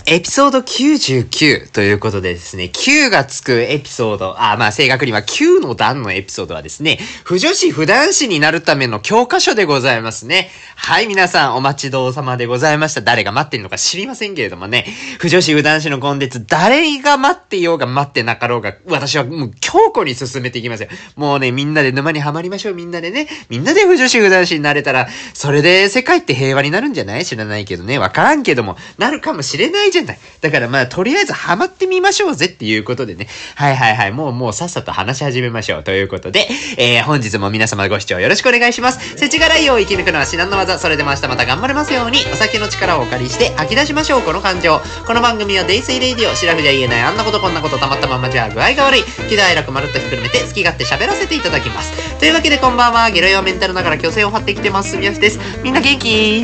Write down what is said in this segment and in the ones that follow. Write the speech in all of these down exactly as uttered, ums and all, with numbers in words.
エピソードきゅうじゅうきゅうということでですね、きゅうがつくエピソード、あ、まあ正確にはきゅうの段のエピソードはですね、腐女子腐男子になるための教科書でございますね。はい、皆さんお待ちどうさまでございました。誰が待ってるのか知りませんけれどもね、腐女子腐男子のコンテンツ、誰が待ってようが待ってなかろうが、私はもう強固に進めていきますよ。もうね、みんなで沼にはまりましょう。みんなでね、みんなで腐女子腐男子になれたら、それで世界って平和になるんじゃない？知らないけどね、わからんけども、なるかもしれないじゃない。だからまあ、とりあえずハマってみましょうぜっていうことでね。はいはいはい。もうもうさっさと話し始めましょう。ということで、えー、本日も皆様ご視聴よろしくお願いします。世知辛いを生き抜くのは至難の技。それでも明日また頑張れますように、お酒の力をお借りして吐き出しましょう。この感情。この番組はデイスイレイディオ。シラフじゃ言えないあんなことこんなことたまったまんまじゃ具合が悪い。喜怒哀楽まるっとひっくるめて好き勝手喋らせていただきます。というわけでこんばんは。ゲロ用メンタルながら虚勢を張ってきてます。すみやしです。みんな元気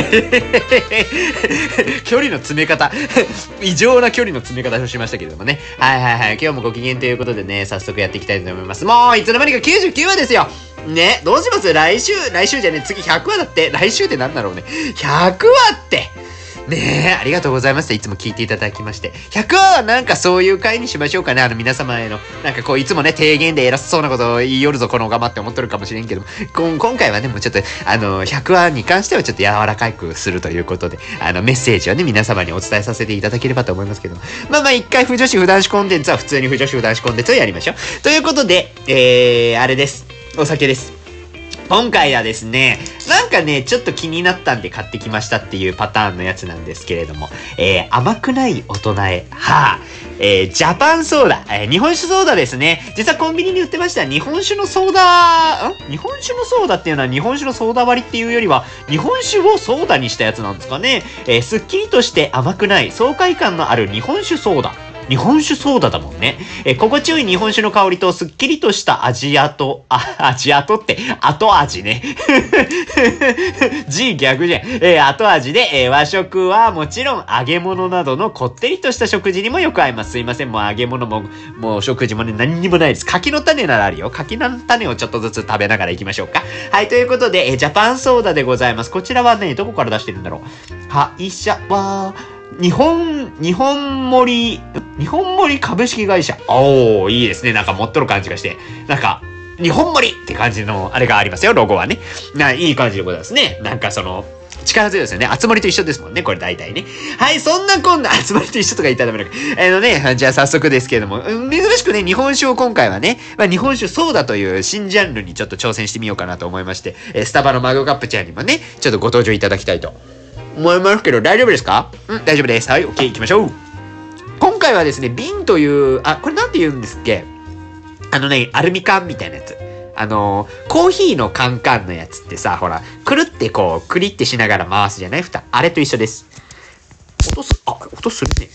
距離の詰め方。異常な距離の詰め方をしましたけれどもね。はいはいはい。今日もご機嫌ということでね、早速やっていきたいと思います。もう、いつの間にかきゅうじゅうきゅうわですよ。ね、どうします？来週、来週じゃね、次ひゃくわだって。来週ってなんだろうね。ひゃくわってねえ、ありがとうございます。いつも聞いていただきまして。ひゃくわはなんかそういう回にしましょうかね。あの皆様への、なんかこういつもね、提言で偉そうなことを言いよるぞ、このがまって思っとるかもしれんけども、今今回はね、もうちょっと、あの、ひゃくわに関してはちょっと柔らかくするということで、あの、メッセージをね、皆様にお伝えさせていただければと思いますけども。まあまあ一回、腐女子腐男子コンテンツは普通に腐女子腐男子コンテンツをやりましょう。ということで、えー、あれです。お酒です。今回はですね、なんかね、ちょっと気になったんで買ってきましたっていうパターンのやつなんですけれども、えー、甘くない大人へ、はぁ、えー、ジャパンソーダ、えー、日本酒ソーダですね。実はコンビニに売ってました。日本酒のソーダ、ん日本酒のソーダっていうのは日本酒のソーダ割りっていうよりは、日本酒をソーダにしたやつなんですかね。えー、すっきりとして甘くない、爽快感のある日本酒ソーダ。日本酒ソーダだもんね。え、心地よい日本酒の香りとすっきりとした味跡、あ、味跡って、後味ね。G 逆じゃん。えー、後味で、えー、和食はもちろん揚げ物などのこってりとした食事にもよく合います。すいません。もう揚げ物も、もう食事もね、何にもないです。柿の種ならあるよ。柿の種をちょっとずつ食べながら行きましょうか。はい、ということで、えー、ジャパンソーダでございます。こちらはね、どこから出してるんだろう。会社は、日本、日本森、日本森株式会社。おー、いいですね。なんか持っとる感じがして。なんか、日本森って感じの、あれがありますよ、ロゴはね。な、いい感じでございますね。なんかその、力強いですよね。集まりと一緒ですもんね。これ大体ね。はい、そんなこんな、集まりと一緒とか言ったらダメだけど。あのね、じゃあ早速ですけれども、珍しくね、日本酒を今回はね、まあ、日本酒ソーダという新ジャンルにちょっと挑戦してみようかなと思いまして、スタバのマグカップちゃんにもね、ちょっとご登場いただきたいと思いますけど、大丈夫ですか？うん、大丈夫です。はい、OK、行きましょう。今回はですね、瓶という、あ、これなんて言うんですっけ？あのね、アルミ缶みたいなやつ。あのー、コーヒーのカンカンのやつってさ、ほら、くるってこう、クリってしながら回すじゃない？蓋。あれと一緒です。音す、あ、音するね。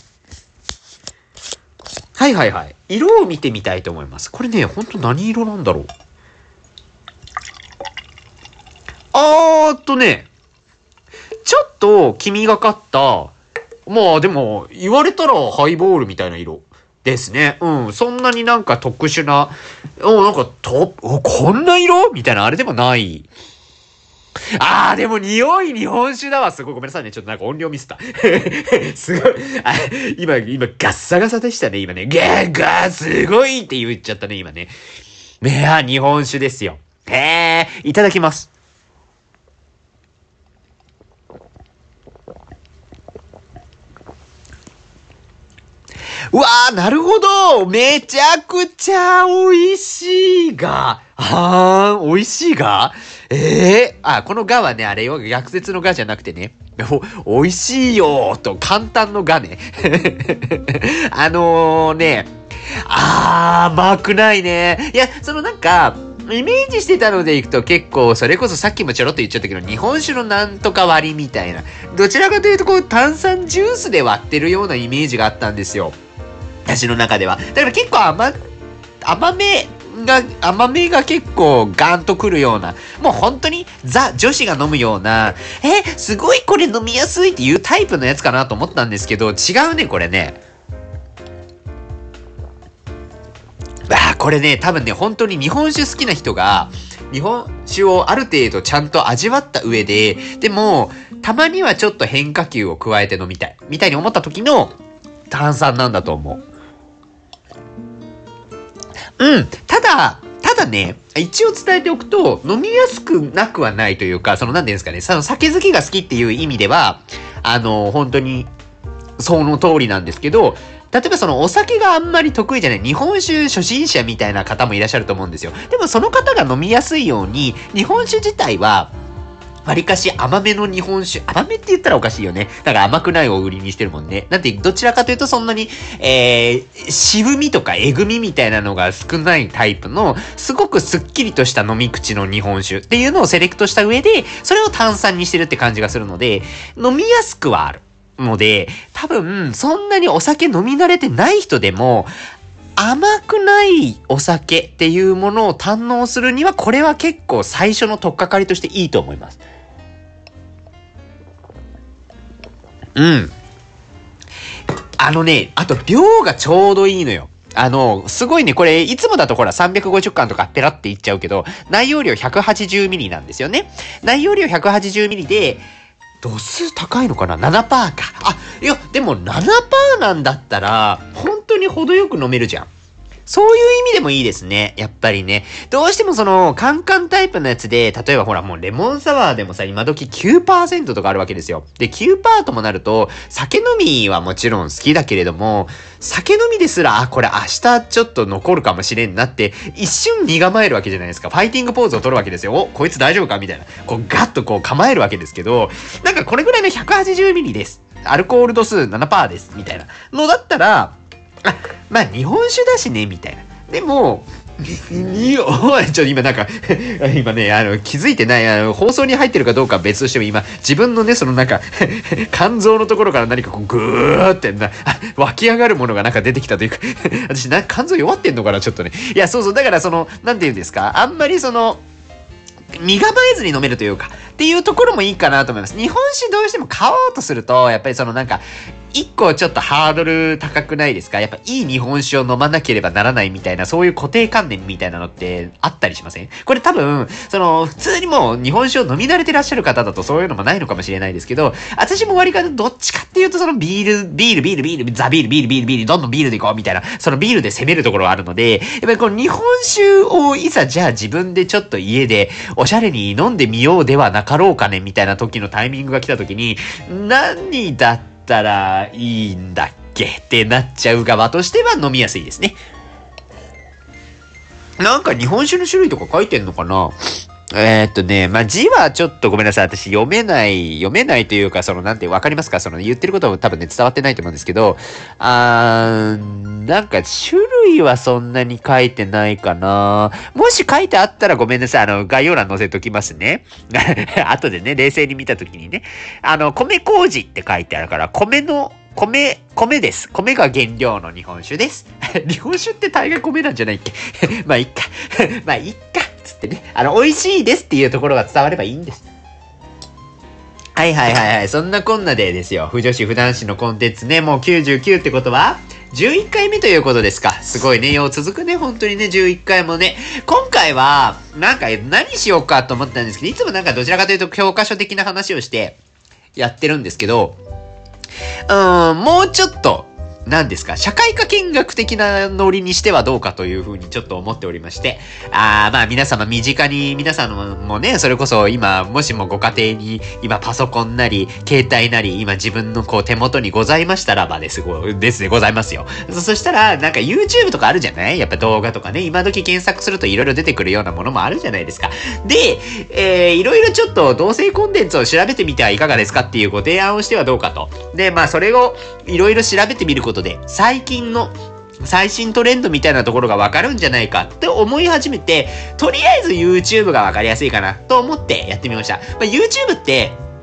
はいはいはい。色を見てみたいと思います。これね、ほんと何色なんだろう。あーっとね、ちょっと黄みがかった、まあでも、言われたらハイボールみたいな色ですね。うん。そんなになんか特殊な、おなんかと、おこんな色みたいなあれでもない。あー、でも匂い日本酒だわ。すごい。ごめんなさいね。ちょっとなんか音量ミスった。すごい。あ、今、今ガッサガサでしたね。今ね。ガーガーすごいって言っちゃったね。今ね。いや、日本酒ですよ。へー。いただきます。うわー、なるほど。めちゃくちゃ美味しいが。はーん、美味しいがええー、あ、このがはね、あれよ、逆説のがじゃなくてね。お、美味しいよーと、簡単のがね。あのーね、あー、甘くないね。いや、そのなんか、イメージしてたのでいくと結構、それこそさっきもちょろっと言っちゃったけど、日本酒のなんとか割りみたいな。どちらかというと、こう、炭酸ジュースで割ってるようなイメージがあったんですよ。私の中では。だから結構甘、甘めが、甘めが結構ガンとくるような、もう本当にザ女子が飲むような、え、すごいこれ飲みやすいっていうタイプのやつかなと思ったんですけど、違うね、これね。わあ、これね、多分ね、本当に日本酒好きな人が、 日本酒をある程度ちゃんと味わった上で、でも、たまにはちょっと変化球を加えて飲みたい。みたいに思った時の炭酸なんだと思う。うん。ただ、ただね、一応伝えておくと、飲みやすくなくはないというか、その、なんていうんですかね、その酒好きが好きっていう意味では、あの、本当に、その通りなんですけど、例えばそのお酒があんまり得意じゃない日本酒初心者みたいな方もいらっしゃると思うんですよ。でもその方が飲みやすいように、日本酒自体は、わりかし甘めの日本酒。甘めって言ったらおかしいよね。だから甘くないを売りにしてるもんね。なんて、どちらかというとそんなに、えー、渋みとかえぐみみたいなのが少ないタイプの、すごくスッキリとした飲み口の日本酒っていうのをセレクトした上で、それを炭酸にしてるって感じがするので、飲みやすくはある。ので、多分、そんなにお酒飲み慣れてない人でも、甘くないお酒っていうものを堪能するには、これは結構最初の取っかかりとしていいと思います。うん。あのね、あと量がちょうどいいのよ。あの、すごいね、これ、いつもだとほらさんびゃくごじゅっかんとかペラっていっちゃうけど、内容量 ひゃくはちじゅうミリ なんですよね。内容量 ひゃくはちじゅうミリ で、度数高いのかな ?ななパーセント か。あ、いや、でも ななパーセント なんだったら、本当に程よく飲めるじゃん。そういう意味でもいいですね。やっぱりね。どうしてもその、カンカンタイプのやつで、例えばほらもうレモンサワーでもさ、今時 きゅうパーセント とかあるわけですよ。で、きゅうパーセント ともなると、酒飲みはもちろん好きだけれども、酒飲みですら、あ、これ明日ちょっと残るかもしれんなって、一瞬身構えるわけじゃないですか。ファイティングポーズを取るわけですよ。お、こいつ大丈夫かみたいな。こうガッとこう構えるわけですけど、なんかこれぐらいの ひゃくはちじゅうミリ です。アルコール度数 ななパーセント です。みたいなのだったら、あ、まあ日本酒だしね、みたいな。でも、いや、おい、ちょっと今なんか、今ね、あの、気づいてない、あの、放送に入ってるかどうかは別としても今、自分のね、そのなんか、肝臓のところから何かこう、ぐーってな、湧き上がるものがなんか出てきたというか、私な、肝臓弱ってんのかな、ちょっとね。いや、そうそう、だからその、なんて言うんですか、あんまりその、身構えずに飲めるというか、っていうところもいいかなと思います。日本酒どうしても買おうとすると、やっぱりそのなんか、一個ちょっとハードル高くないですか？やっぱいい日本酒を飲まなければならないみたいな、そういう固定観念みたいなのってあったりしません？これ多分、その、普通にもう日本酒を飲み慣れてらっしゃる方だとそういうのもないのかもしれないですけど、私も割りかどっちかっていうとそのビール、ビール、ビール、ビール、ザビール、ビール、ビール、ビール、どんどんビールでいこうみたいな、そのビールで攻めるところがあるので、やっぱりこの日本酒をいざじゃあ自分でちょっと家でおしゃれに飲んでみようではなかろうかねみたいな時のタイミングが来た時に、何だってたらいいんだっけってなっちゃう側としては飲みやすいですね。なんか日本酒の種類とか書いてんのかな？えー、っとね、まあ、字はちょっとごめんなさい。私読めない、読めないというか、その、なんてわかりますか？その言ってることも多分ね、伝わってないと思うんですけど、あー、なんか種類はそんなに書いてないかな。もし書いてあったらごめんなさい。あの、概要欄載せときますね。後でね、冷静に見たときにね。あの、米麹って書いてあるから、米の、米、米です。米が原料の日本酒です。日本酒って大概米なんじゃないっけ？まあ、いっか。まあ、いっか。つってね。あの、美味しいですっていうところが伝わればいいんです。はいはいはいはい。そんなこんなでですよ。不女子不男子のコンテンツね、もうきゅうじゅうきゅうってことは、じゅういっかいめということですか。すごいね。よう続くね。本当にね。じゅういっかいもね。今回は、なんか何しようかと思ったんですけど、いつもなんかどちらかというと教科書的な話をしてやってるんですけど、うーん、もうちょっと、何ですか、社会科見学的なノリにしてはどうかというふうにちょっと思っておりまして、あー、まあ皆様身近に、皆さんもね、それこそ今、もしもご家庭に、今パソコンなり、携帯なり、今自分のこう手元にございましたらばです、ですね、ございますよ。そ、そしたら、なんか YouTube とかあるじゃない？やっぱ動画とかね、今時検索するといろいろ出てくるようなものもあるじゃないですか。で、えー、いろいろちょっと同性コンテンツを調べてみてはいかがですかっていうご提案をしてはどうかと。で、まあそれをいろいろ調べてみることで、最近の最新トレンドみたいなところがわかるんじゃないかって思い始めて、とりあえず YouTube がわかりやすいかなと思ってやってみました。まあ、YouTube って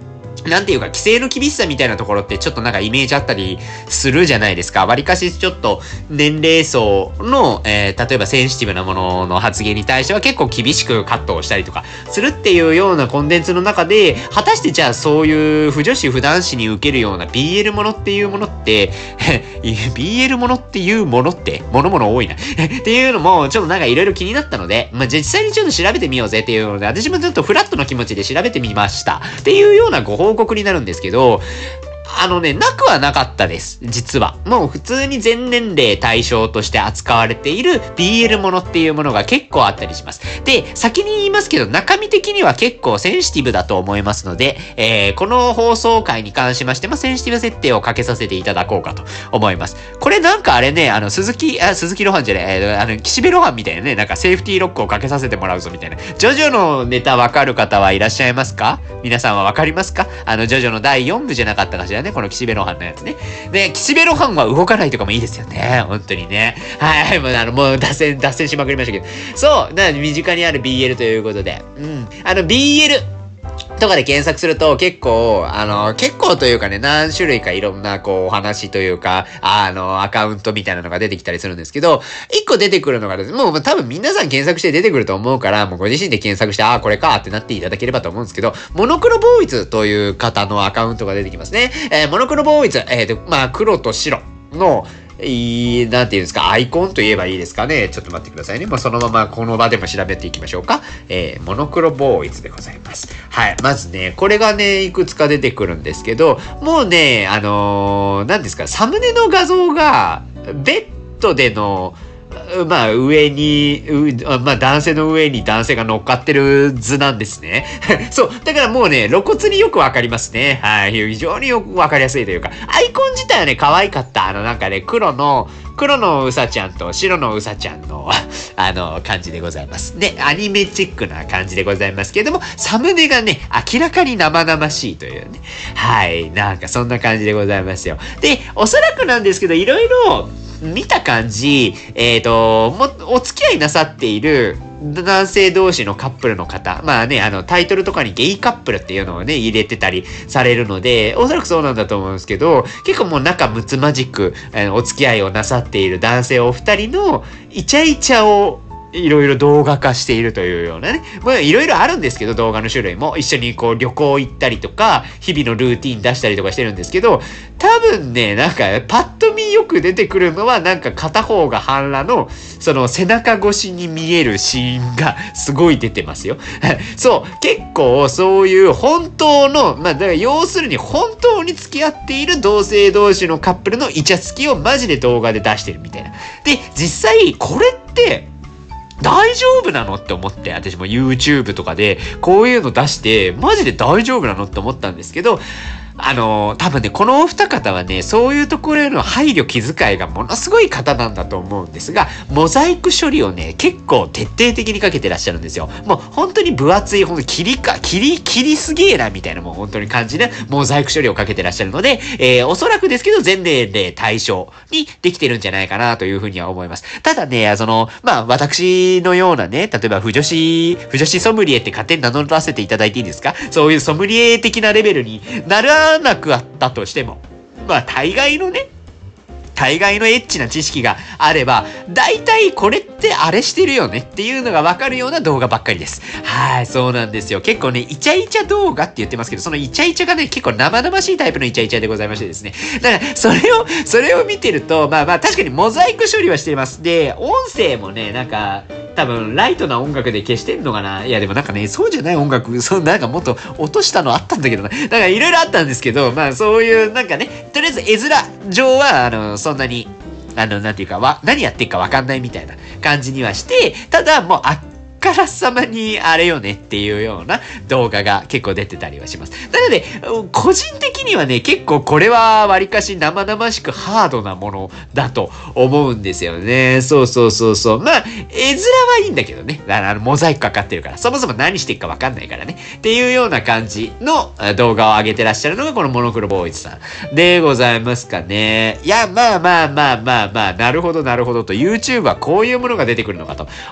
なんていうか、規制の厳しさみたいなところってちょっとなんかイメージあったりするじゃないですか。割かしちょっと年齢層の、えー、例えばセンシティブなものの発言に対しては結構厳しくカットをしたりとかするっていうようなコンテンツの中で、果たしてじゃあそういう不女子不男子に受けるような ビーエル ものっていうものって、ビーエル ものっていうものって、ものもの多いな。っていうのもちょっとなんかいろいろ気になったので、まあ、実際にちょっと調べてみようぜっていうので、私もちょっとフラットな気持ちで調べてみました。っていうようなご報告になるんですけど、あのね、なくはなかったです。実は。もう普通に全年齢対象として扱われている ビーエル ものっていうものが結構あったりします。で、先に言いますけど、中身的には結構センシティブだと思いますので、えー、この放送回に関しましてもセンシティブ設定をかけさせていただこうかと思います。これなんかあれね、あの、鈴木、あ、鈴木ロハンじゃない、えー、あの、岸辺露伴みたいなね、なんかセーフティーロックをかけさせてもらうぞみたいな。ジョジョのネタわかる方はいらっしゃいますか？皆さんはわかりますか？あの、ジョジョのだいよんぶじゃなかったかしらね、この岸辺露伴のやつね。で、岸辺露伴は動かないとかもいいですよね。本当にね。はい、もうあの、もう脱線、脱線しまくりましたけど。そう、だから身近にある ビーエル ということで。うん。あの、ビーエル。とかで検索すると結構、あの、結構というかね、何種類かいろんなこうお話というか、あの、アカウントみたいなのが出てきたりするんですけど、一個出てくるのがですね、もう多分皆さん検索して出てくると思うから、もうご自身で検索して、ああ、これかってなっていただければと思うんですけど、モノクロボーイズという方のアカウントが出てきますね。えー、モノクロボーイズ、えーと、まあ、黒と白の、いい、なんていうんですか、アイコンと言えばいいですかね。ちょっと待ってくださいね。もうそのままこの場でも調べていきましょうか。えー、モノクロボーイズでございます。はい。まずね、これがね、いくつか出てくるんですけど、もうね、あのー、なんですか、サムネの画像が、ベッドでの、まあ上に、まあ男性の上に男性が乗っかってる図なんですね。そう。だからもうね、露骨によくわかりますね。はい。非常によくわかりやすいというか、アイコン自体はね、可愛かった。あのなんかね、黒の、黒のうさちゃんと白のうさちゃんの、あの、感じでございます。で、アニメチックな感じでございますけれども、サムネがね、明らかに生々しいというね。はい。なんかそんな感じでございますよ。で、おそらくなんですけど、いろいろ、見た感じ、えっと、も、お付き合いなさっている男性同士のカップルの方、まあね、あの、タイトルとかにゲイカップルっていうのをね、入れてたりされるので、おそらくそうなんだと思うんですけど、結構もう仲睦まじく、えー、お付き合いをなさっている男性お二人のイチャイチャをいろいろ動画化しているというようなね。まあいろいろあるんですけど、動画の種類も。一緒にこう旅行行ったりとか、日々のルーティン出したりとかしてるんですけど、多分ね、なんかパッと見よく出てくるのは、なんか片方が半裸の、その背中越しに見えるシーンがすごい出てますよ。そう、結構そういう本当の、まあだから要するに本当に付き合っている同性同士のカップルのイチャつきをマジで動画で出してるみたいな。で、実際これって、大丈夫なのって思って、私も YouTube とかでこういうの出して、マジで大丈夫なのって思ったんですけど、あのー、多分ね、このお二方はね、そういうところへの配慮気遣いがものすごい方なんだと思うんですが、モザイク処理をね、結構徹底的にかけてらっしゃるんですよ。もう本当に分厚い、ほんと切りか、切り、切りすげえな、みたいなもう本当に感じで、モザイク処理をかけてらっしゃるので、えー、おそらくですけど、全年齢対象にできてるんじゃないかなというふうには思います。ただね、その、まあ、私のようなね、例えば、不女子、不女子ソムリエって勝手に名乗らせていただいていいですか？そういうソムリエ的なレベルにならなくあったとしても、まあ大概のね、大概のエッチな知識があれば、大体これってあれしてるよねっていうのがわかるような動画ばっかりです。はい、そうなんですよ。結構ね、イチャイチャ動画って言ってますけど、そのイチャイチャがね、結構生々しいタイプのイチャイチャでございましてですね。だから、それを、それを見てると、まあまあ確かにモザイク処理はしています。で、音声もね、なんか、多分、ライトな音楽で消してんのかな。いや、でもなんかね、そうじゃない音楽、そう、なんかもっと落としたのあったんだけどな。だからいろいろあったんですけど、まあそういう、なんかね、とりあえず絵面上は、あの、そんなに、あの、なんていうか、わ、何やってっかわかんないみたいな感じにはして、ただもう、あっからさまにあれよねっていうような動画が結構出てたりはします。なので、個人的にはね、結構これは割かし生々しくハードなものだと思うんですよね。そうそうそうそう。まあ、絵面はいいんだけどね。あの、モザイクかかってるから。そもそも何してっかわかんないからね。っていうような感じの動画を上げてらっしゃるのがこのモノクロボーイズさんでございますかね。いや、まあまあまあまあまあ、なるほどなるほどと、YouTube はこういうものが出てくるのかと思って 、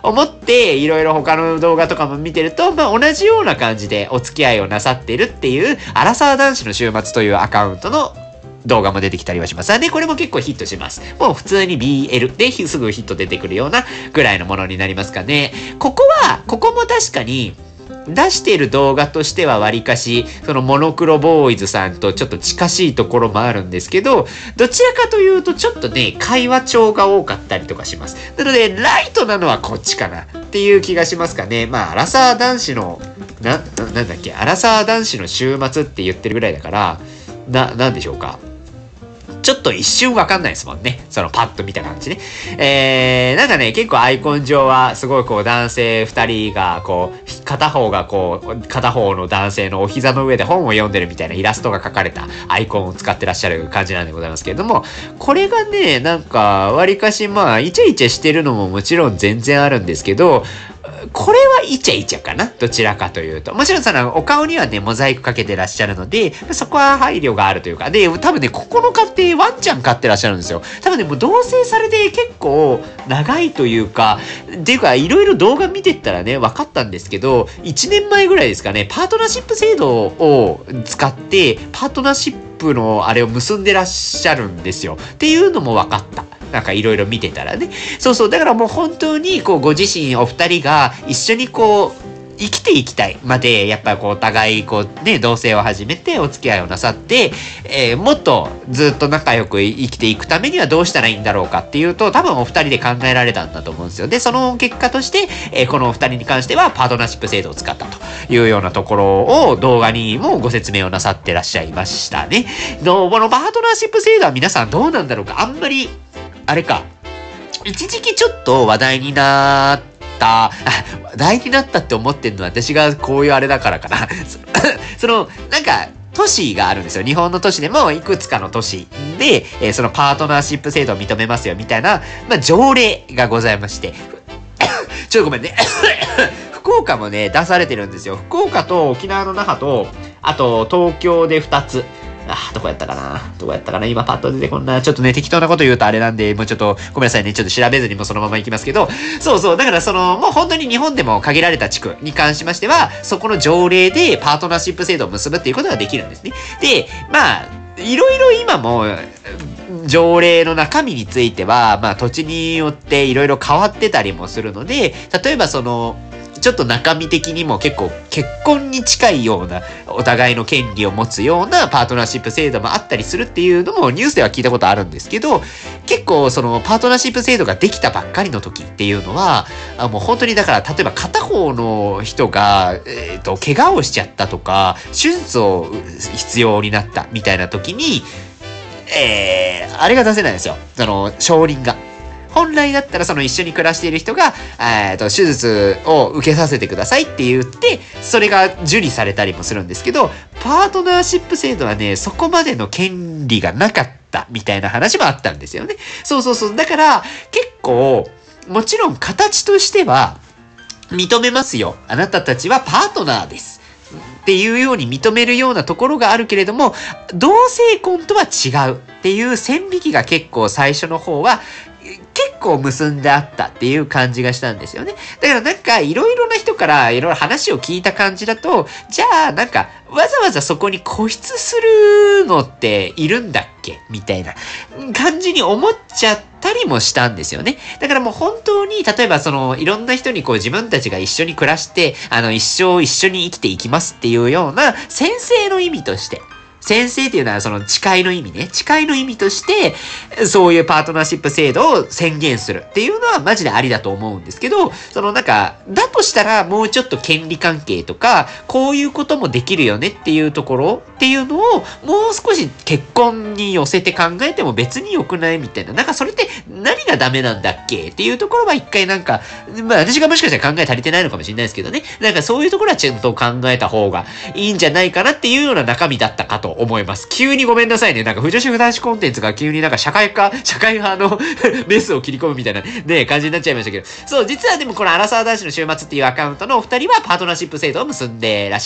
いろいろ他の動画とかも見てると、まあ、同じような感じでお付き合いをなさってるっていう、アラサー男子の週末というアカウントの動画も出てきたりはします。で、これも結構ヒットします。もう普通に ビーエル ですぐヒット出てくるようなぐらいのものになりますかね。ここは、ここも確かに、出している動画としては割かし、そのモノクロボーイズさんとちょっと近しいところもあるんですけど、どちらかというとちょっとね、会話調が多かったりとかします。なので、ライトなのはこっちかなっていう気がしますかね。まあ、アラサー男子の、な、な、なんだっけ、アラサー男子の週末って言ってるぐらいだから、な、なんでしょうか。ちょっと一瞬わかんないですもんね。そのパッと見た感じね。えー、なんかね、結構アイコン上はすごいこう男性二人がこう、片方がこう、片方の男性のお膝の上で本を読んでるみたいなイラストが描かれたアイコンを使ってらっしゃる感じなんでございますけれども、これがね、なんか、わりかしまあ、イチャイチャしてるのももちろん全然あるんですけど、これはイチャイチャかなどちらかというと。もちろんそのお顔にはね、モザイクかけてらっしゃるので、そこは配慮があるというか。で、多分ね、ここの家庭ワンちゃん飼ってらっしゃるんですよ。多分ね、もう同棲されて結構長いというか、っていうか、いろいろ動画見てったらね、分かったんですけど、いちねんまえぐらいですかね、パートナーシップ制度を使って、パートナーシップのあれを結んでらっしゃるんですよ。っていうのも分かった。なんかいろいろ見てたらね。そうそう。だからもう本当にこうご自身お二人が一緒にこう生きていきたいまで、やっぱこうお互いこうね、同棲を始めてお付き合いをなさって、えー、もっとずっと仲良く生きていくためにはどうしたらいいんだろうかっていうと、多分お二人で考えられたんだと思うんですよ。で、その結果として、えー、このお二人に関してはパートナーシップ制度を使ったというようなところを動画にもご説明をなさってらっしゃいましたね。のこのパートナーシップ制度は皆さんどうなんだろうか。あんまりあれか。一時期ちょっと話題になった、あ、話題になったって思ってんのは私がこういうあれだからかな。その、なんか、都市があるんですよ。日本の都市でもいくつかの都市で、えー、そのパートナーシップ制度を認めますよみたいな、まあ、条例がございまして。ちょっとごめんね。福岡もね、出されてるんですよ。福岡と沖縄の那覇と、あと東京でふたつ。あ、どこやったかなどこやったかな今パッと出てこんな。ちょっとね、適当なこと言うとあれなんで、もうちょっとごめんなさいね。ちょっと調べずにもそのまま行きますけど、そうそう。だからその、もう本当に日本でも限られた地区に関しましては、そこの条例でパートナーシップ制度を結ぶっていうことができるんですね。で、まあ、いろいろ今も、条例の中身については、まあ土地によっていろいろ変わってたりもするので、例えばその、ちょっと中身的にも結構結婚に近いようなお互いの権利を持つようなパートナーシップ制度もあったりするっていうのもニュースでは聞いたことあるんですけど、結構そのパートナーシップ制度ができたばっかりの時っていうのは、あもう本当にだから例えば片方の人が、えーと、怪我をしちゃったとか、手術を必要になったみたいな時に、えー、あれが出せないんですよ。その、承認が。本来だったらその一緒に暮らしている人が、えーと、手術を受けさせてくださいって言って、それが受理されたりもするんですけど、パートナーシップ制度はね、そこまでの権利がなかったみたいな話もあったんですよね。そうそうそう。だから、結構、もちろん形としては、認めますよ。あなたたちはパートナーです。っていうように認めるようなところがあるけれども、同性婚とは違うっていう線引きが結構最初の方は、結構結んであったっていう感じがしたんですよね。だからなんかいろいろな人からいろいろ話を聞いた感じだと、じゃあなんかわざわざそこに固執するのっているんだっけみたいな感じに思っちゃったりもしたんですよね。だからもう本当に例えばそのいろんな人にこう自分たちが一緒に暮らしてあの一生一緒に生きていきますっていうような宣誓の意味として先生っていうのはその誓いの意味ね。誓いの意味として、そういうパートナーシップ制度を宣言するっていうのはマジでありだと思うんですけど、そのなんか、だとしたらもうちょっと権利関係とか、こういうこともできるよねっていうところっていうのを、もう少し結婚に寄せて考えても別に良くないみたいな。なんかそれって何がダメなんだっけっていうところは一回なんか、まあ私がもしかしたら考え足りてないのかもしれないですけどね。なんかそういうところはちゃんと考えた方がいいんじゃないかなっていうような中身だったかと思います。急にごめんなさいね。なんか、不女子不男子コンテンツが急になんか社会科、社会派のメスを切り込むみたいなね、感じになっちゃいましたけど。そう、実はでもこのアラサー男子の週末っていうアカウントのお二人はパートナーシップ制度を結んでらっしゃる。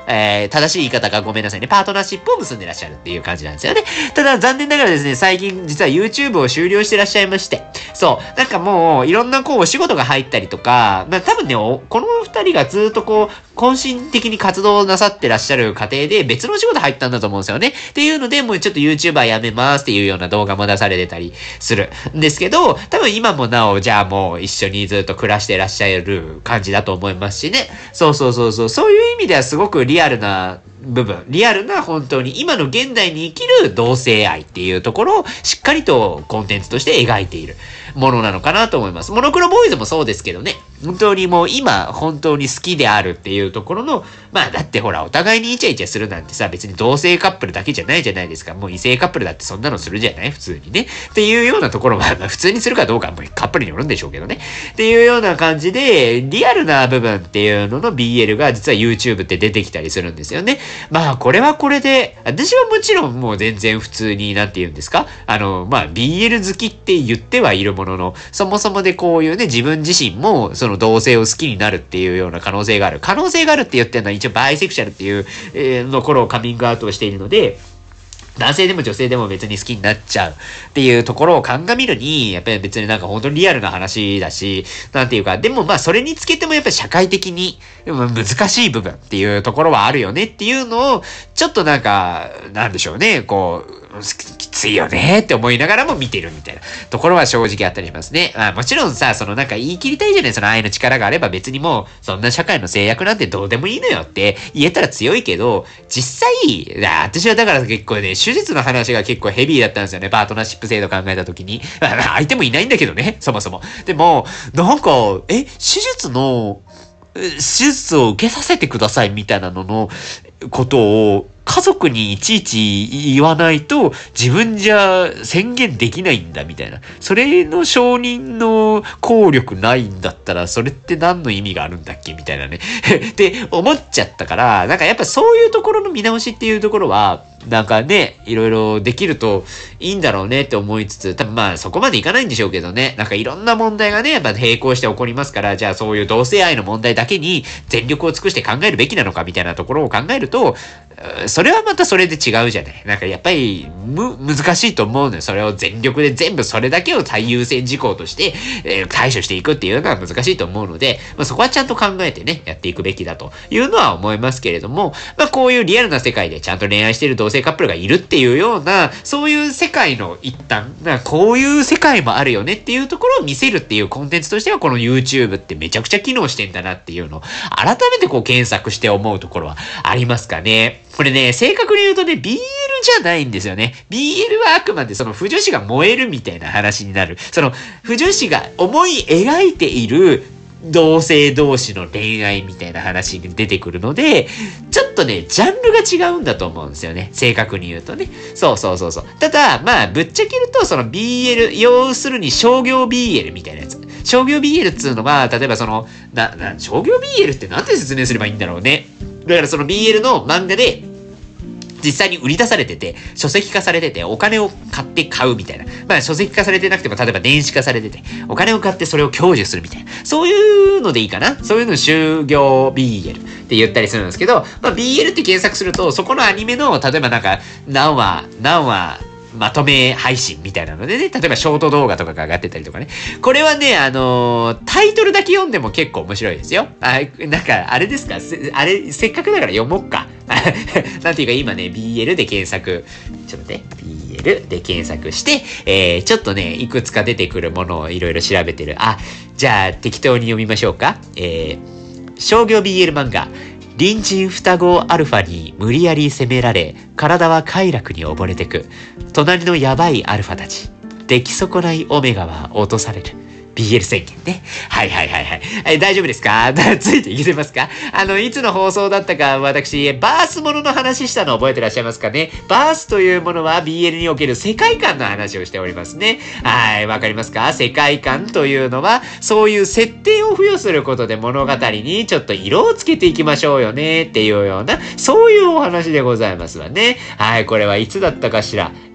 えー、正しい言い方がごめんなさいね、パートナーシップを結んでらっしゃるっていう感じなんですよね。ただ残念ながらですね、最近実は YouTube を終了してらっしゃいまして、そう、なんかもういろんなこうお仕事が入ったりとか、まあ多分ね、この二人がずっとこう、渾身的に活動なさってらっしゃる過程で別のお仕事入ったんだと思うんですよね。っていうので、もうちょっと YouTuber やめますっていうような動画も出されてたりするんですけど、多分今もなお、じゃあもう一緒にずっと暮らしてらっしゃる感じだと思いますしね。そうそうそうそう、そういう意味ではすごくリアルな部分、リアルな本当に今の現代に生きる同性愛っていうところをしっかりとコンテンツとして描いているものなのかなと思います。モノクロボーイズもそうですけどね。本当にもう今本当に好きであるっていうところの、まあだってほらお互いにイチャイチャするなんてさ、別に同性カップルだけじゃないじゃないですか。もう異性カップルだってそんなのするじゃない普通にね。っていうようなところは、まあ普通にするかどうかはもうカップルによるんでしょうけどね。っていうような感じで、リアルな部分っていうのの ビーエル が実は YouTube って出てきたりするんですよね。まあこれはこれで、私はもちろんもう全然普通になんて言うんですかあの、まあ ビーエル 好きって言ってはいるものの、そもそもでこういうね、自分自身もその同性を好きになるっていうような可能性がある。可能性があるって言ってるのは一応バイセクシャルっていう、えー、の頃をカミングアウトをしているので、男性でも女性でも別に好きになっちゃうっていうところを鑑みるに、やっぱり別になんか本当にリアルな話だし、なんていうか、でもまあそれにつけてもやっぱり社会的に難しい部分っていうところはあるよねっていうのを、ちょっとなんか、なんでしょうね、こう、きついよねって思いながらも見てるみたいなところは正直あったりしますね。まあもちろんさ、そのなんか言い切りたいじゃない、その愛の力があれば別にもうそんな社会の制約なんてどうでもいいのよって言えたら強いけど、実際、私はだから結構ね、手術の話が結構ヘビーだったんですよね。パートナーシップ制度考えた時に。相手もいないんだけどね、そもそも。でも、なんか、え、手術の、手術を受けさせてくださいみたいなののことを家族にいちいち言わないと自分じゃ宣言できないんだみたいな。それの承認の効力ないんだったらそれって何の意味があるんだっけみたいなね。って思っちゃったから、なんかやっぱそういうところの見直しっていうところは、なんかね、いろいろできるといいんだろうねって思いつつ、多分まあそこまでいかないんでしょうけどね、なんかいろんな問題がね、やっぱ並行して起こりますから、じゃあそういう同性愛の問題だけに全力を尽くして考えるべきなのかみたいなところを考えると、それはまたそれで違うじゃない。なんかやっぱりむ、難しいと思うのよ。それを全力で全部それだけを最優先事項として、えー、対処していくっていうのは難しいと思うので、まあ、そこはちゃんと考えてね、やっていくべきだというのは思いますけれども、まあこういうリアルな世界でちゃんと恋愛している同性カップルがいるっていうような、そういう世界の一端、なんかこういう世界もあるよねっていうところを見せるっていうコンテンツとしては、この YouTube ってめちゃくちゃ機能してんだなっていうのを、改めてこう検索して思うところはありますかね。これね、正確に言うとね、ビーエル じゃないんですよね。ビーエル はあくまでその不女子が燃えるみたいな話になる。その不女子が思い描いている同性同士の恋愛みたいな話に出てくるので、ちょっとね、ジャンルが違うんだと思うんですよね。正確に言うとね。そうそうそうそう。ただ、まあ、ぶっちゃけると、その ビーエル、要するに商業 ビーエル みたいなやつ。商業 ビーエル っつうのは、例えばその、な、な、商業 ビーエル ってなんて説明すればいいんだろうね。だからその ビーエル の漫画で、実際に売り出されてて、書籍化されてて、お金を買って買うみたいな。まあ書籍化されてなくても、例えば電子化されてて、お金を買ってそれを享受するみたいな。そういうのでいいかな。そういうのを就業 ビーエル って言ったりするんですけど、まあ ビーエル って検索すると、そこのアニメの、例えばなんか、何話、何話、まとめ配信みたいなのでね、例えばショート動画とかが上がってたりとかね。これはね、あのー、タイトルだけ読んでも結構面白いですよ。あ、なんか、あれですかあれ、せっかくだから読もっか。なんていうか今ね、ビーエル で検索、ちょっと待って、ビーエル で検索して、えー、ちょっとね、いくつか出てくるものをいろいろ調べてる。あ、じゃあ適当に読みましょうか。えー、商業 ビーエル 漫画。隣人双子アルファに無理やり攻められ、体は快楽に溺れてく。隣のヤバいアルファたち。出来損ないオメガは落とされる。ビーエル 宣言ね。はいはいはいはい。え大丈夫ですかついていけてますかあの、いつの放送だったか、私、バースものの話したの覚えてらっしゃいますかね。バースというものは ビーエル における世界観の話をしておりますね。はい、わかりますか世界観というのは、そういう設定を付与することで物語にちょっと色をつけていきましょうよねっていうような、そういうお話でございますわね。はい、これはいつだったかしら。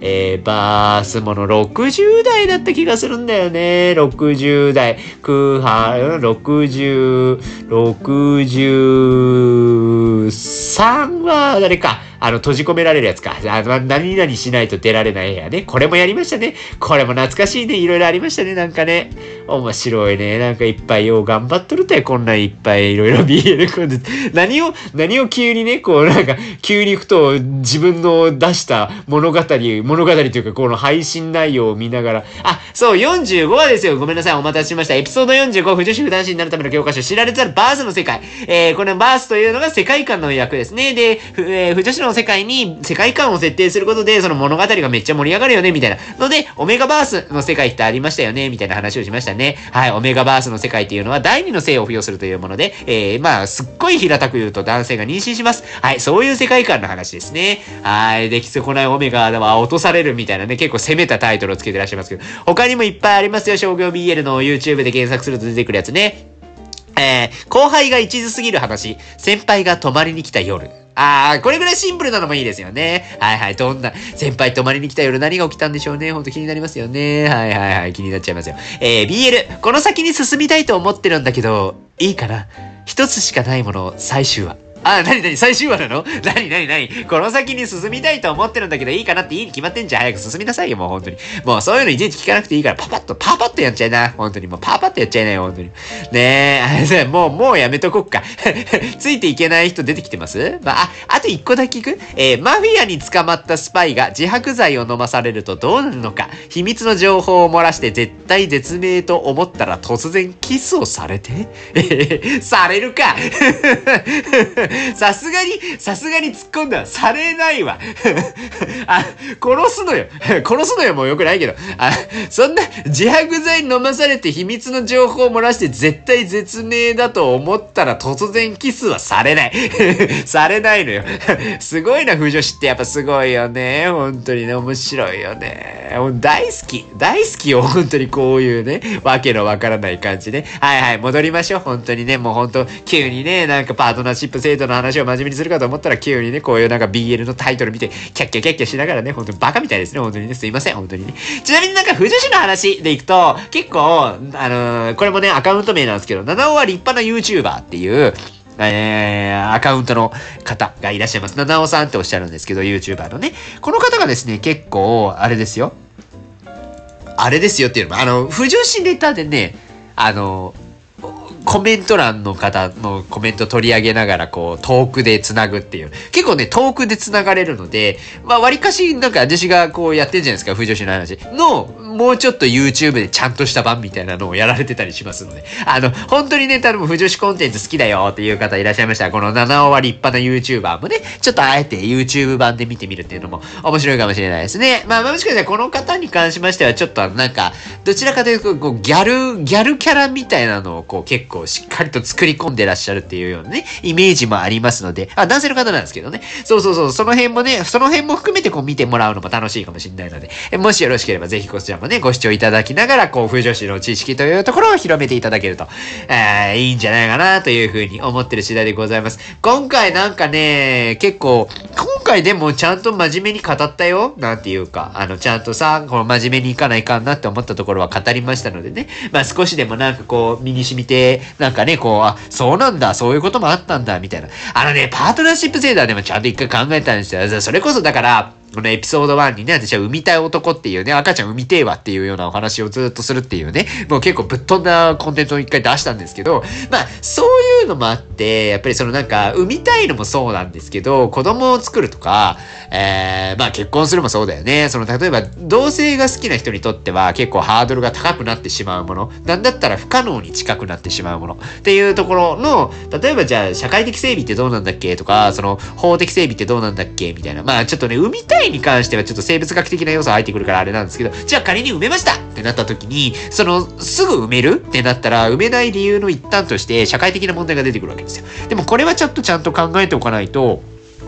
えー、バースものろくじゅう代だった気がするんだよね。ろくじゅう代。クハ、ろくじゅう、ろくじゅうさんは誰か。あの、閉じ込められるやつか。あの、何々しないと出られない部屋ね。これもやりましたね。これも懐かしいね。いろいろありましたね。なんかね。面白いね。なんかいっぱいよう頑張っとるたよ。こんなんいっぱいいろいろ ビーエル 組んで。何を、何を急にね、こうなんか、急にふと自分の出した物語、物語というかこの配信内容を見ながら。あ、そう、よんじゅうごわですよ。ごめんなさい。お待たせしました。エピソードよんじゅうご、不女子不男子になるための教科書、知られざるバースの世界。えー、このバースというのが世界観の役ですね。で、ふえー、不女子の世界に世界観を設定することで、その物語がめっちゃ盛り上がるよね、みたいな。ので、オメガバースの世界ってありましたよね、みたいな話をしましたね。はい、オメガバースの世界っていうのは第二の性を付与するというもので、えー、まあ、すっごい平たく言うと男性が妊娠します。はい、そういう世界観の話ですね。はい、でき損ないオメガは落とされるみたいなね、結構攻めたタイトルをつけてらっしゃいますけど、他にもいっぱいありますよ、商業 ビーエル の YouTube で検索すると出てくるやつね。えー、後輩が一途すぎる話、先輩が泊まりに来た夜。あー、これぐらいシンプルなのもいいですよね。はいはい。どんな、先輩泊まりに来た夜何が起きたんでしょうね。ほんと気になりますよね。はいはいはい。気になっちゃいますよ。えー、ビーエル、この先に進みたいと思ってるんだけど、いいかな。一つしかないもの、最終話。あ、なになに最終話なの？なになになにこの先に進みたいと思ってるんだけどいいかなっていいに決まってんじゃん。早く進みなさいよ、もう本当に。もうそういうのいちいち聞かなくていいから、パパッと、パパッとやっちゃいな。本当に。もうパパッとやっちゃいなよ、本当に。ねえ、もう、もうやめとこっか。ついていけない人出てきてます？まあ、あ、あと一個だけ聞く？えー、マフィアに捕まったスパイが自白剤を飲まされるとどうなるのか。秘密の情報を漏らして絶対絶命と思ったら突然キスをされてされるかさすがにさすがに突っ込んだ。されないわ。あ、殺すのよ。殺すのよもうよくないけど。あ、そんな自白剤飲まされて秘密の情報を漏らして絶対絶命だと思ったら突然キスはされない。されないのよ。すごいな、不女子ってやっぱすごいよね。本当にね、面白いよね。大好き。大好きよ。本当にこういうね、わけのわからない感じね。はいはい、戻りましょう。本当にね、もう本当、急にね、なんかパートナーシップ制度の話を真面目にするかと思ったら急にね、こういうなんか ビーエル のタイトル見て、キャッキャキャッキャしながらね、本当にバカみたいですね、本当にね、すいません、本当にね。ちなみになんか、不女子の話でいくと、結構、あのー、これもね、アカウント名なんですけど、七尾は立派な YouTuber っていう、えー、アカウントの方がいらっしゃいます。七尾さんっておっしゃるんですけど、YouTuber のね。この方がですね、結構、あれですよ。あれですよっていうのも、あの、不女子ネタでね、あの、コメント欄の方のコメント取り上げながらこうトークでつなぐっていう。結構ね、トークでつながれるので、まあ割かしなんか私がこうやってんじゃないですか、不女子の話の、もうちょっと YouTube でちゃんとした版みたいなのをやられてたりしますので、あの、本当にね、多分不女子コンテンツ好きだよっていう方いらっしゃいましたら、この七尾は立派な YouTuber もね、ちょっとあえて YouTube 版で見てみるっていうのも面白いかもしれないですね。まあもしかしたらこの方に関しましてはちょっとなんか、どちらかというとこうギャル、ギャルキャラみたいなのをこう結構しっかりと作り込んでらっしゃるっていうようなね、イメージもありますので、あ、男性の方なんですけどね。そうそうそう、その辺もね、その辺も含めてこう見てもらうのも楽しいかもしれないので、もしよろしければぜひこちらもね、ご視聴いただきながら、こう、不女子の知識というところを広めていただけると、えー、いいんじゃないかなというふうに思ってる次第でございます。今回なんかね、結構、今回でもちゃんと真面目に語ったよ。なんていうか、あの、ちゃんとさ、この真面目にいかないかんなって思ったところは語りましたのでね。まあ少しでもなんかこう、身に染みて、なんかね、こう、あ、そうなんだ、そういうこともあったんだ、みたいな。あのね、パートナーシップ制度はでもちゃんと一回考えたんですよ。それこそだから、このエピソードワンにね、私は産みたい男っていうね、赤ちゃん産みてえわっていうようなお話をずっとするっていうね、もう結構ぶっ飛んだコンテンツを一回出したんですけど、まあ、そういうのもあって、やっぱりそのなんか、産みたいのもそうなんですけど、子供を作るとか、えー、まあ結婚するもそうだよね。その例えば、同性が好きな人にとっては結構ハードルが高くなってしまうもの、なんだったら不可能に近くなってしまうものっていうところの、例えばじゃあ社会的整備ってどうなんだっけとか、その法的整備ってどうなんだっけみたいな。まあちょっとね、産みたいに関してはちょっと生物学的な要素入ってくるからあれなんですけど、じゃあ仮に産めましたってなった時に、そのすぐ産めるってなったら、産めない理由の一端として社会的な問題が出てくるわけですよ。でもこれはちょっとちゃんと考えておかないと、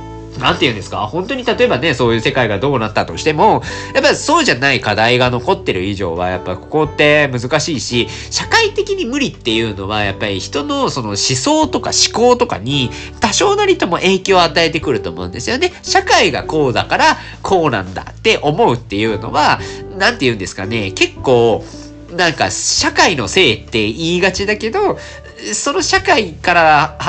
なんて言うんですか、本当に例えばね、そういう世界がどうなったとしても、やっぱりそうじゃない課題が残ってる以上は、やっぱここって難しいし、社会的に無理っていうのは、やっぱり人のその思想とか思考とかに多少なりとも影響を与えてくると思うんですよね。社会がこうだからこうなんだって思うっていうのは、なんて言うんですかね、結構、なんか社会のせいって言いがちだけど、その社会から、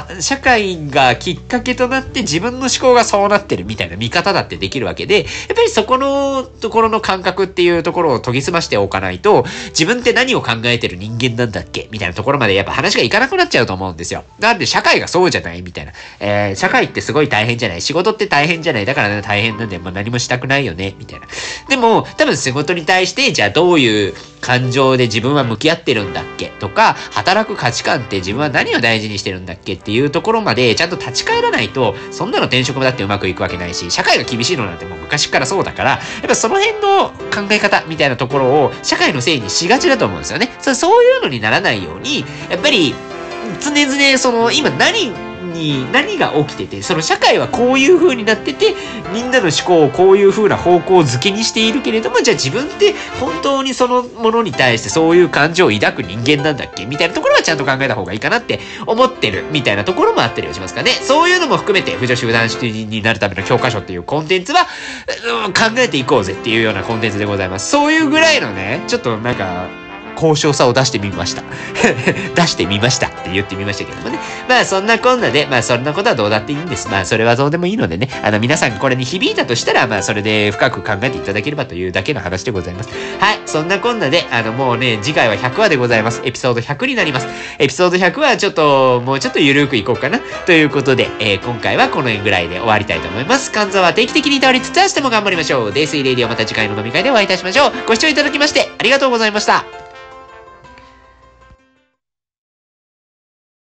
社会がきっかけとなって自分の思考がそうなってるみたいな見方だってできるわけで、やっぱりそこのところの感覚っていうところを研ぎ澄ましておかないと、自分って何を考えてる人間なんだっけみたいなところまでやっぱ話がいかなくなっちゃうと思うんですよ。なんで社会がそうじゃないみたいな。えー、社会ってすごい大変じゃない、仕事って大変じゃない、だからね大変なんで、まあ、何もしたくないよねみたいな。でも、多分仕事に対して、じゃあどういう感情で自分は向き合ってるんだっけとか、働く価値観って自分は何を大事にしてるんだっけっていうところまでちゃんと立ち返らないと、そんなの転職だってうまくいくわけないし、社会が厳しいのなんてもう昔からそうだから、やっぱその辺の考え方みたいなところを社会のせいにしがちだと思うんですよね。そそういうのにならないように、やっぱり常々その今何に何が起きてて、その社会はこういう風になってて、みんなの思考をこういう風な方向づけにしているけれども、じゃあ自分って本当にそのものに対してそういう感情を抱く人間なんだっけみたいなところはちゃんと考えた方がいいかなって思ってるみたいなところもあったりはしますかね。そういうのも含めて、不女子男子になるための教科書っていうコンテンツは、うん、考えていこうぜっていうようなコンテンツでございます。そういうぐらいのね、ちょっとなんか高尚さを出してみました出してみましたって言ってみましたけどもね。まあそんなこんなで、まあそんなことはどうだっていいんです。まあそれはどうでもいいのでね、あの皆さんこれに響いたとしたら、まあそれで深く考えていただければというだけの話でございます。はい、そんなこんなで、あのもうね、次回はひゃくわでございます。エピソードひゃくになります。エピソードひゃくはちょっともうちょっとゆるくいこうかなということで、えー、今回はこの辺ぐらいで終わりたいと思います。カンザは定期的に倒りつつ明日も頑張りましょう。デイスイレディオ、また次回の飲み会でお会いいたしましょう。ご視聴いただきましてありがとうございました。